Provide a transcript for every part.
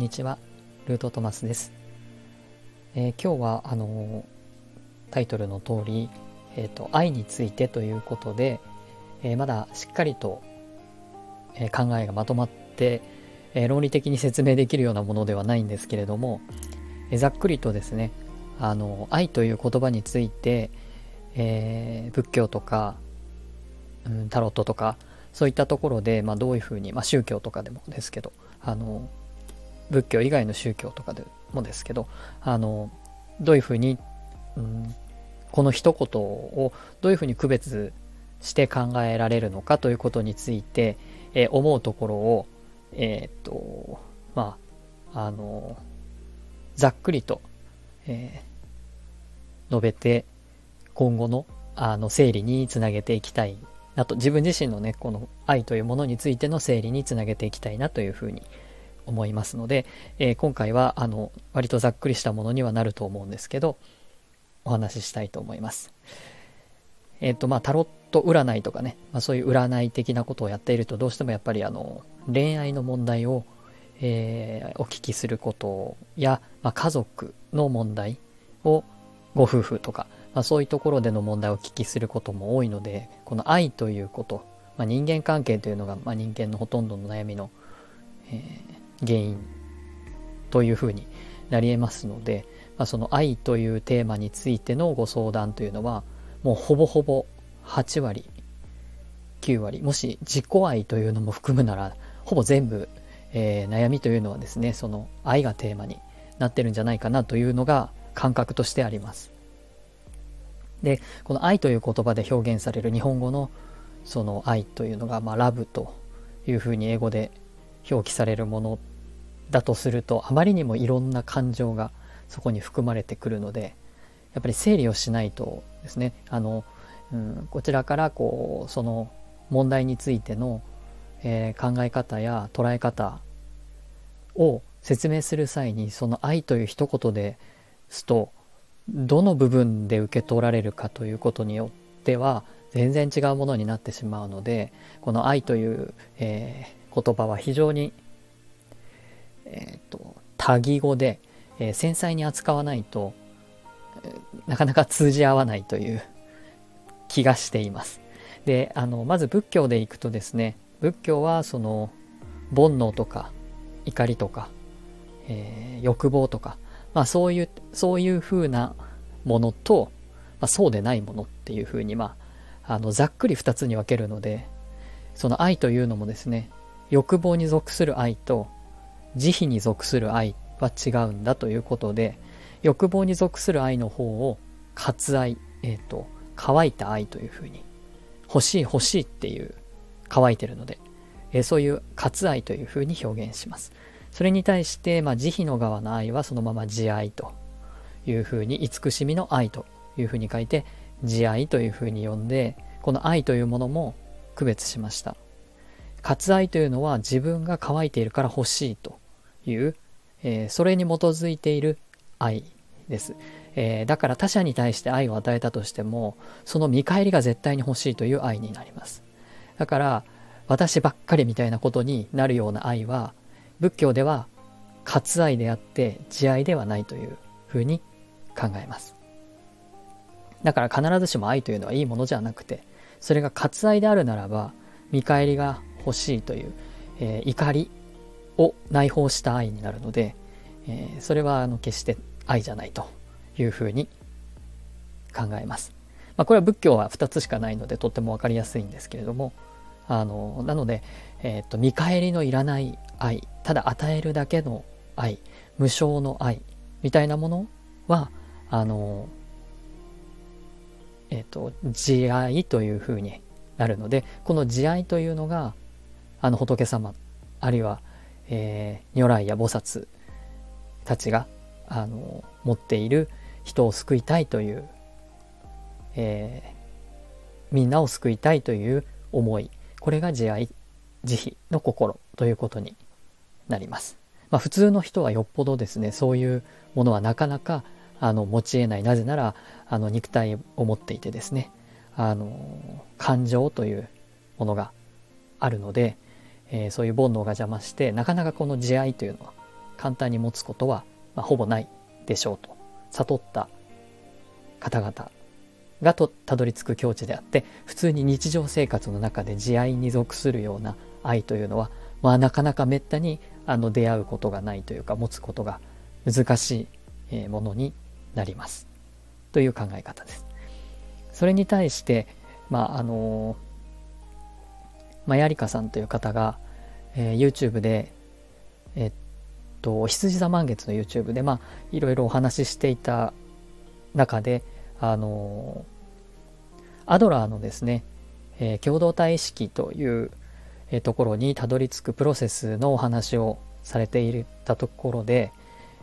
にちは、ルートトマスです。今日はタイトルの通り、愛についてということで、まだしっかりと、考えがまとまって、論理的に説明できるようなものではないんですけれども、ざっくりとですね、愛という言葉について、仏教とか、タロットとかそういったところで、どういうふうに、宗教とかでもですけど、仏教以外の宗教とかでもですけど、どういうふうに、この一言をどういうふうに区別して考えられるのかということについて、思うところを、ざっくりと、述べて今後の整理につなげていきたいなと、自分自身のねこの愛というものについての整理につなげていきたいなというふうに思いますので、今回は割とざっくりしたものにはなると思うんですけど、お話ししたいと思います。タロット占いとかね、そういう占い的なことをやっていると、どうしてもやっぱり恋愛の問題を、お聞きすることや、家族の問題を、ご夫婦とか、そういうところでの問題をお聞きすることも多いので、この愛ということ、人間関係というのが、人間のほとんどの悩みの、原因というふうになり得ますので、その愛というテーマについてのご相談というのはもうほぼほぼ8割9割、もし自己愛というのも含むならほぼ全部、悩みというのはですね、その愛がテーマになってるんじゃないかなというのが感覚としてあります。で、この愛という言葉で表現される日本語のその愛というのが、ラブというふうに英語で表記されるものだとすると、あまりにもいろんな感情がそこに含まれてくるので、やっぱり整理をしないとですね、こちらからその問題についての、考え方や捉え方を説明する際に、その愛という一言ですと、どの部分で受け取られるかということによっては全然違うものになってしまうので、この愛という、言葉は非常に、多義語で、繊細に扱わないと、なかなか通じ合わないという気がしています。で、まず仏教でいくとですね、仏教はその煩悩とか怒りとか、欲望とか、そういう風なものと、そうでないものっていう風に、ざっくり2つに分けるので、その愛というのもですね、欲望に属する愛と慈悲に属する愛は違うんだということで、欲望に属する愛の方を渇愛、乾いた愛というふうに、欲しい欲しいっていう乾いてるので、そういう渇愛というふうに表現します。それに対して、慈悲の側の愛はそのまま慈愛というふうに、慈しみの愛というふうに書いて慈愛というふうに呼んで、この愛というものも区別しました。渇愛というのは自分が乾いているから欲しいという、それに基づいている愛です。だから他者に対して愛を与えたとしても、その見返りが絶対に欲しいという愛になります。だから私ばっかりみたいなことになるような愛は、仏教では渇愛であって慈愛ではないというふうに考えます。だから必ずしも愛というのはいいものじゃなくて、それが渇愛であるならば見返りが欲しいという、怒りを内包した愛になるので、それは決して愛じゃないというふうに考えます。これは仏教は2つしかないのでとっても分かりやすいんですけれども、なので、見返りのいらない愛、ただ与えるだけの愛、無償の愛みたいなものは慈愛というふうになるので、この慈愛というのが仏様、あるいは、如来や菩薩たちが持っている人を救いたいという、みんなを救いたいという思い、これが慈愛、慈悲の心ということになります。普通の人はよっぽどですね、そういうものはなかなか持ち得ない。なぜなら肉体を持っていてですね、感情というものがあるので、そういう煩悩が邪魔して、なかなかこの慈愛というのは簡単に持つことは、ほぼないでしょうと悟った方々がたどり着く境地であって、普通に日常生活の中で慈愛に属するような愛というのは、なかなかめったに出会うことがないというか、持つことが難しいものになりますという考え方です。それに対してマヤリカさんという方が、YouTube で羊座満月の YouTube でいろいろお話ししていた中でアドラーのですね、共同体意識というところにたどり着くプロセスのお話をされていたところで、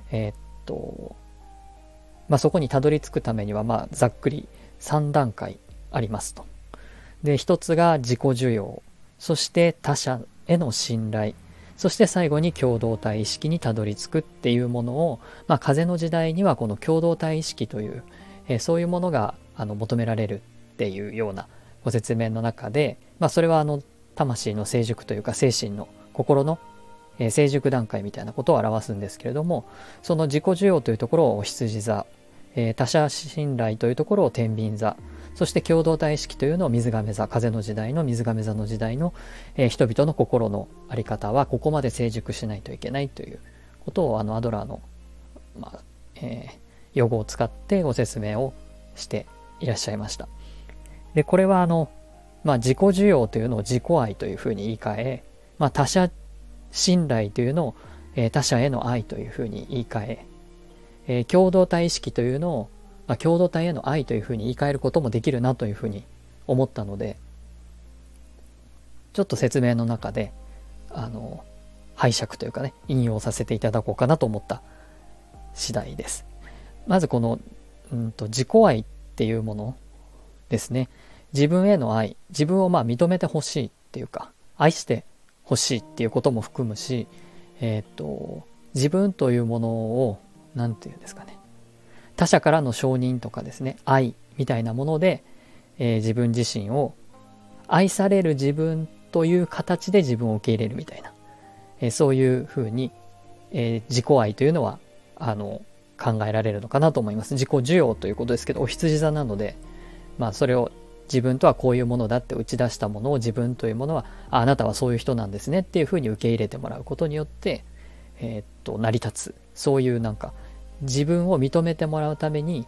そこにたどり着くためにはざっくり3段階ありますと。で、一つが自己需要、そして他者への信頼、そして最後に共同体意識にたどり着くっていうものを、風の時代にはこの共同体意識という、そういうものが求められるっていうようなご説明の中で、それは魂の成熟というか精神の心の成熟段階みたいなことを表すんですけれども、その自己需要というところをお羊座、他者信頼というところを天秤座、そして共同体意識というのを水亀座、風の時代の水亀座の時代の、人々の心の在り方はここまで成熟しないといけないということをアドラーの、用語を使ってご説明をしていらっしゃいました。で、これは自己需要というのを自己愛というふうに言い換え、他者信頼というのを、他者への愛というふうに言い換え、共同体意識というのを、共同体への愛というふうに言い換えることもできるなというふうに思ったので、ちょっと説明の中で拝借というかね、引用させていただこうかなと思った次第です。まずこの、自己愛っていうものですね。自分への愛、自分を認めてほしいっていうか、愛してほしいっていうことも含むし、自分というものをなんていうんですかね、他者からの承認とかですね、愛みたいなもので、自分自身を愛される自分という形で自分を受け入れるみたいな、そういうふうに、自己愛というのは考えられるのかなと思います。自己需要ということですけど、お羊座なので、それを自分とはこういうものだって打ち出したものを、自分というものは あなたはそういう人なんですねっていうふうに受け入れてもらうことによって、成り立つ、そういう自分を認めてもらうために、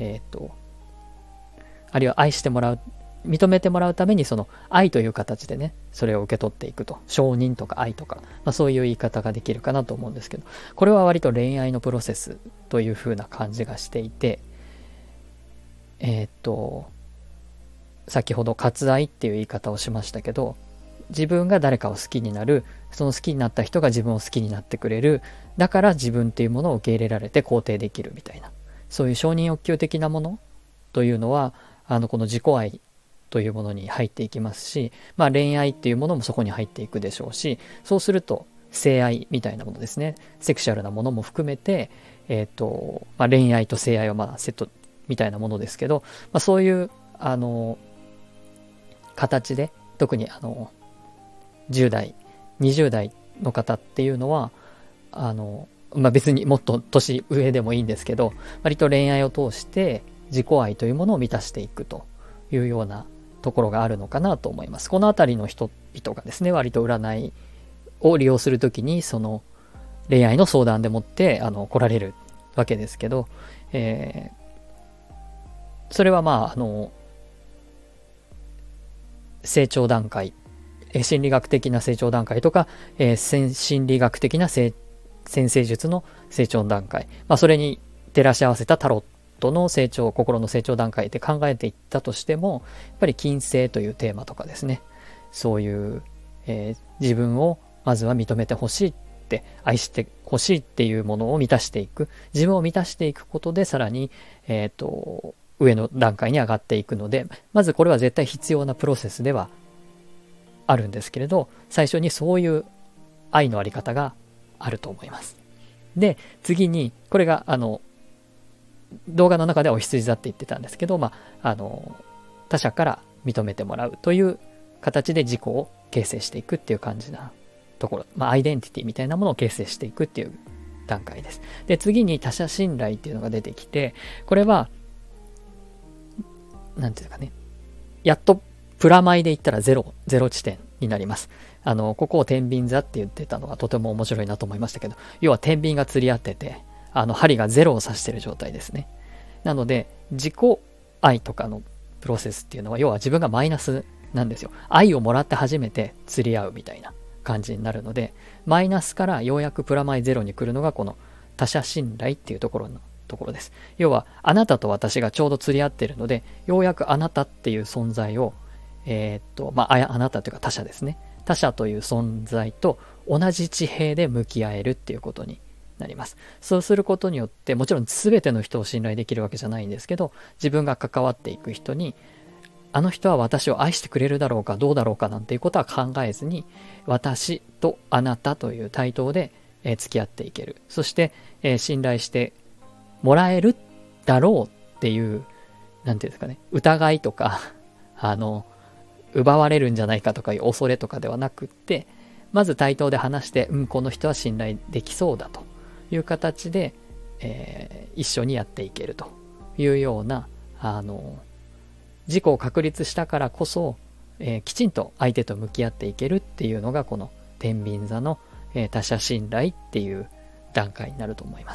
あるいは愛してもらう、認めてもらうためにその愛という形でね、それを受け取っていくと、承認とか愛とか、そういう言い方ができるかなと思うんですけど、これは割と恋愛のプロセスという風な感じがしていて、先ほど割愛っていう言い方をしましたけど、自分が誰かを好きになる、その好きになった人が自分を好きになってくれる、だから自分っていうものを受け入れられて肯定できるみたいな、そういう承認欲求的なものというのはこの自己愛というものに入っていきますし、恋愛っていうものもそこに入っていくでしょうし、そうすると性愛みたいなものですね、セクシャルなものも含めて、恋愛と性愛はセットみたいなものですけど、そういう形で、特に10代20代の方っていうのは別にもっと年上でもいいんですけど、割と恋愛を通して自己愛というものを満たしていくというようなところがあるのかなと思います。このあたりの人々がですね、割と占いを利用するときにその恋愛の相談でもって来られるわけですけど、それは成長段階、心理学的な成長段階とか、心理学的な占星術の成長段階、それに照らし合わせたタロットの成長、心の成長段階って考えていったとしても、やっぱり金星というテーマとかですね、そういう、自分をまずは認めてほしいって、愛してほしいっていうものを満たしていく、自分を満たしていくことでさらに上の段階に上がっていくので、まずこれは絶対必要なプロセスではあるんですけれど、最初にそういう愛のあり方があると思います。で、次にこれが動画の中ではお羊座って言ってたんですけど、他者から認めてもらうという形で自己を形成していくっていう感じなところ、アイデンティティみたいなものを形成していくっていう段階です。で、次に他者信頼っていうのが出てきて、これは、なんていうかね、やっとプラマイで言ったらゼロ地点になります。ここを天秤座って言ってたのがとても面白いなと思いましたけど、要は天秤が釣り合ってて、針がゼロを指している状態ですね。なので、自己愛とかのプロセスっていうのは、要は自分がマイナスなんですよ。愛をもらって初めて釣り合うみたいな感じになるので、マイナスからようやくプラマイゼロに来るのがこの他者信頼っていうところです。要は、あなたと私がちょうど釣り合ってるので、ようやくあなたっていう存在を、あなたというか他者ですね。他者という存在と同じ地平で向き合えるっていうことになります。そうすることによって、もちろん全ての人を信頼できるわけじゃないんですけど、自分が関わっていく人に、あの人は私を愛してくれるだろうかどうだろうかなんていうことは考えずに、私とあなたという対等で付き合っていける。そして、信頼してもらえるだろうっていう、なんていうんですかね、疑いとか、奪われるんじゃないかとかいう恐れとかではなくって、まず対等で話して、この人は信頼できそうだという形で、一緒にやっていけるというような、自己を確立したからこそ、きちんと相手と向き合っていけるっていうのが、この天秤座の、他者信頼っていう段階になると思います。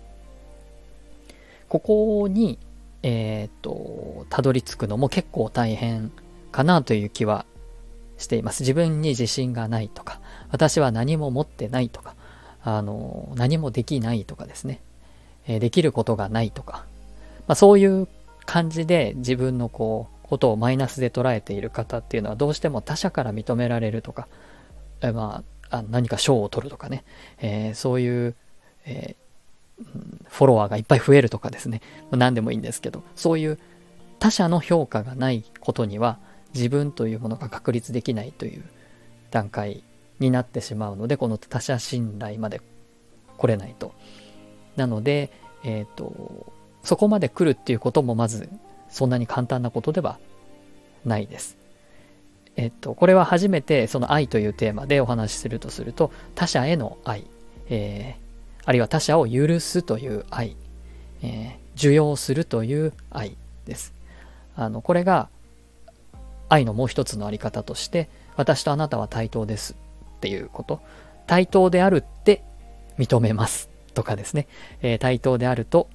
ここに、たどり着くのも結構大変かなという気はしています。自分に自信がないとか、私は何も持ってないとか、何もできないとかですね、できることがないとか、そういう感じで自分のことをマイナスで捉えている方っていうのは、どうしても他者から認められるとか、何か賞を取るとかね、そういう、フォロワーがいっぱい増えるとかですね、何でもいいんですけど、そういう他者の評価がないことには自分というものが確立できないという段階になってしまうので、この他者信頼まで来れないと。なので、そこまで来るっていうこともまずそんなに簡単なことではないです。これは初めてその愛というテーマでお話しするとすると、他者への愛、あるいは他者を許すという愛、受容するという愛です。これが愛のもう一つのあり方として、私とあなたは対等ですっていうこと、対等であるって認めますとかですね、対等であると、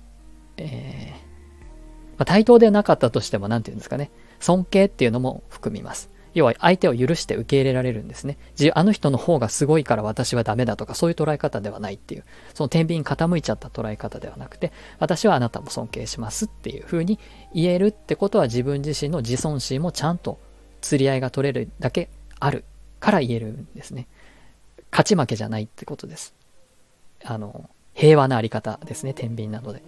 対等でなかったとしても、なんていうんですかね、尊敬っていうのも含みます。要は相手を許して受け入れられるんですね。あの人の方がすごいから私はダメだとか、そういう捉え方ではないっていう、その天秤傾いちゃった捉え方ではなくて、私はあなたも尊敬しますっていう風に言えるってことは、自分自身の自尊心もちゃんと釣り合いが取れるだけあるから言えるんですね。勝ち負けじゃないってことです。平和なあり方ですね、天秤なので。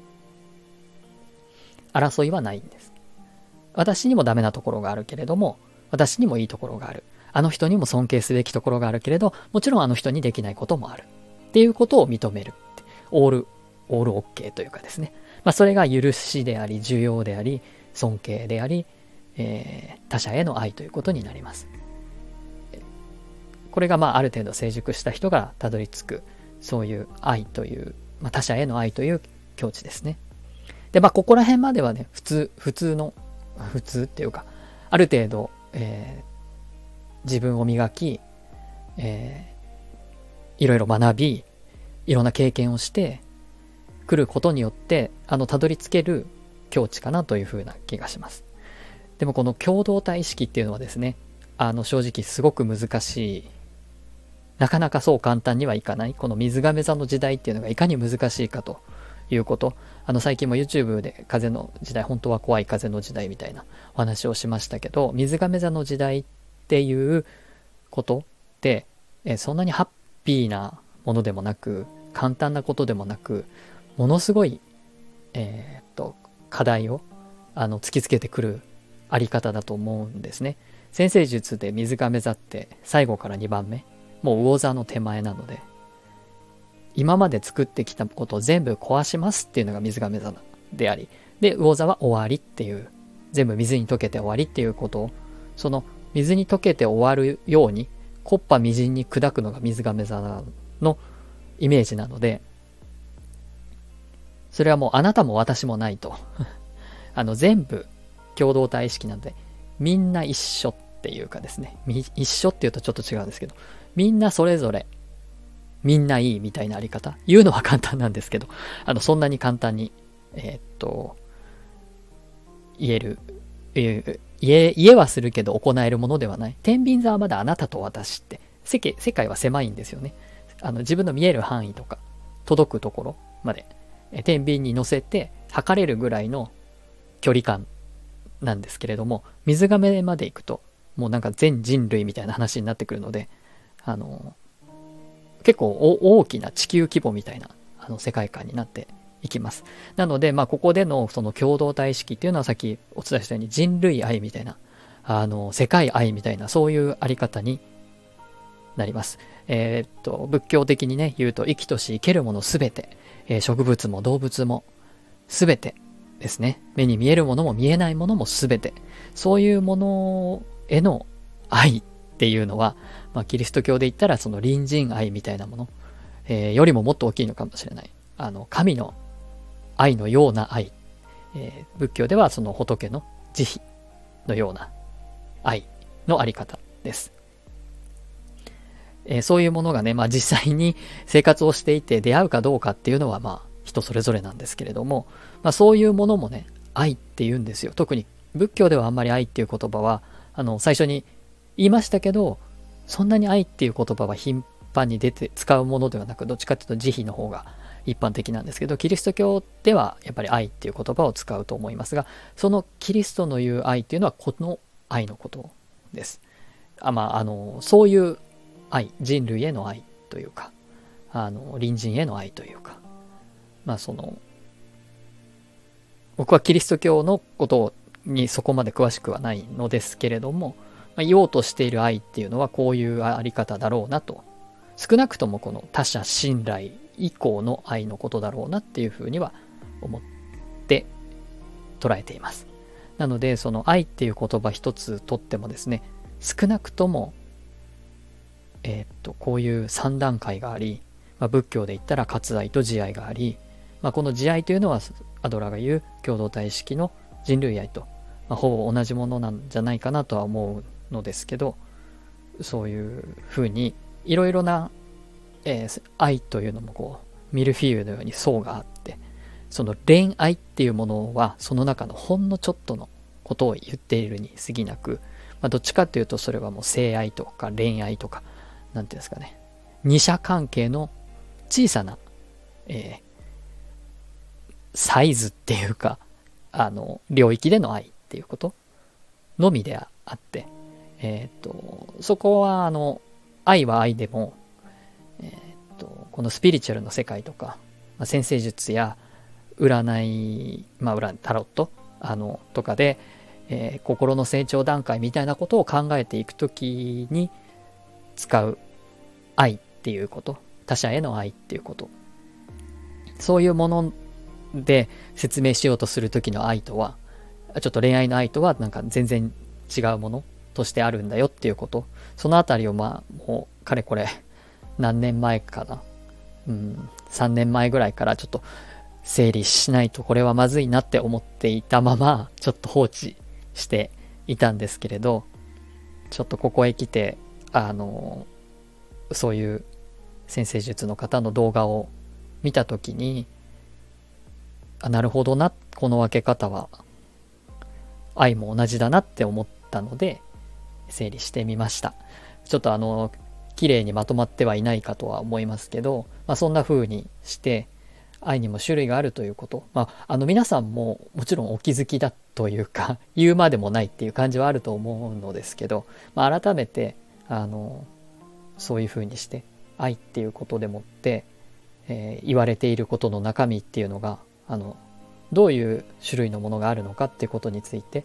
争いはないんです。私にもダメなところがあるけれども、私にもいいところがある。あの人にも尊敬すべきところがあるけれど、もちろんあの人にできないこともある。っていうことを認める。オールオッケーというかですね。それが許しであり、受容であり、尊敬であり、他者への愛ということになります。これがある程度成熟した人がたどり着く、そういう愛という、他者への愛という境地ですね。で、ここら辺まではね、普通っていうか、ある程度、自分を磨き、いろいろ学び、いろんな経験をしてくることによって、たどり着ける境地かなというふうな気がします。でもこの共同体意識っていうのはですね、正直すごく難しい。なかなかそう簡単にはいかない。この水亀座の時代っていうのがいかに難しいかということ。最近も YouTube で風の時代、本当は怖い風の時代みたいなお話をしましたけど、水亀座の時代っていうことって、そんなにハッピーなものでもなく、簡単なことでもなく、ものすごい、課題を突きつけてくるあり方だと思うんですね。占星術で水亀座って最後から2番目、もう魚座の手前なので、今まで作ってきたことを全部壊しますっていうのが水亀座であり、で魚座は終わりっていう、全部水に溶けて終わりっていうことを、その水に溶けて終わるように木っ端みじんに砕くのが水亀座のイメージなので、 それはもうあなたも私もないと。全部共同体意識なんで、みんな一緒っていうかですね、一緒っていうとちょっと違うんですけど、みんなそれぞれ、みんないいみたいなあり方。言うのは簡単なんですけど、そんなに簡単に、言える、言えはするけど行えるものではない。天秤座はまだあなたと私って、世界は狭いんですよね。自分の見える範囲とか、届くところまで、天秤に乗せて測れるぐらいの距離感なんですけれども、水亀まで行くと、もうなんか全人類みたいな話になってくるので、結構大きな地球規模みたいな世界観になっていきます。なので、ここでのその共同体意識っていうのはさっきお伝えしたように人類愛みたいな、世界愛みたいな、そういうあり方になります。仏教的にね、言うと、生きとし生けるものすべて、植物も動物もすべてですね。目に見えるものも見えないものもすべて。そういうものへの愛っていうのは、キリスト教で言ったらその隣人愛みたいなもの、よりももっと大きいのかもしれない。神の愛のような愛。仏教ではその仏の慈悲のような愛のあり方です。そういうものがね、実際に生活をしていて出会うかどうかっていうのは人それぞれなんですけれども、そういうものもね、愛って言うんですよ。特に仏教ではあんまり愛っていう言葉は、最初に言いましたけど、そんなに愛っていう言葉は頻繁に使うものではなく、どっちかっていうと慈悲の方が一般的なんですけど、キリスト教ではやっぱり愛っていう言葉を使うと思いますが、そのキリストの言う愛っていうのはこの愛のことです。そういう愛、人類への愛というか、隣人への愛というか、僕はキリスト教のことにそこまで詳しくはないのですけれども、言おうとしている愛っていうのはこういうあり方だろうなと、少なくともこの他者信頼以降の愛のことだろうなっていうふうには思って捉えています。なのでその愛っていう言葉一つとってもですね、少なくともこういう3段階があり、仏教で言ったら割愛と慈愛があり、この慈愛というのはアドラーが言う共同体意識の人類愛と、ほぼ同じものなんじゃないかなとは思うのですけど、そういうふうにいろいろな、愛というのもこうミルフィーユのように層があって、その恋愛っていうものはその中のほんのちょっとのことを言っているに過ぎなく、どっちかっていうとそれはもう性愛とか恋愛とか、なんていうんですかね、二者関係の小さな、サイズっていうか、領域での愛っていうことのみであって、そこは愛は愛でも、このスピリチュアルの世界とか、占星術や占い、タロットとかで、心の成長段階みたいなことを考えていくときに使う愛っていうこと、他者への愛っていうこと、そういうもので説明しようとするときの愛とは、ちょっと恋愛の愛とはなんか全然違うものとしてあるんだよっていうこと、そのあたりをもうかれこれ何年前かな、3年前ぐらいからちょっと整理しないとこれはまずいなって思っていたままちょっと放置していたんですけれど、ちょっとここへ来てそういう占星術の方の動画を見たときに、なるほどな、この分け方は愛も同じだなって思ったので整理してみました。ちょっと綺麗にまとまってはいないかとは思いますけど、そんな風にして愛にも種類があるということ、皆さんももちろんお気づきだというか言うまでもないっていう感じはあると思うのですけど、改めてそういう風にして愛っていうことでもって、言われていることの中身っていうのがどういう種類のものがあるのかっていうことについて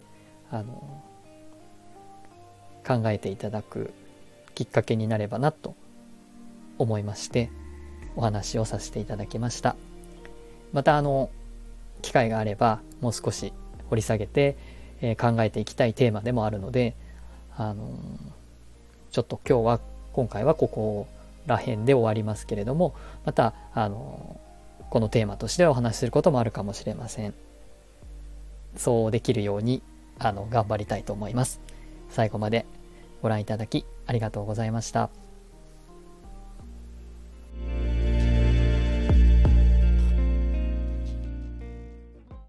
考えていただくきっかけになればなと思いましてお話をさせていただきました。また機会があればもう少し掘り下げて、考えていきたいテーマでもあるので、ちょっと今回はここら辺で終わりますけれども、またこのテーマとしてお話しすることもあるかもしれません。そうできるように頑張りたいと思います。最後までご覧いただきありがとうございました。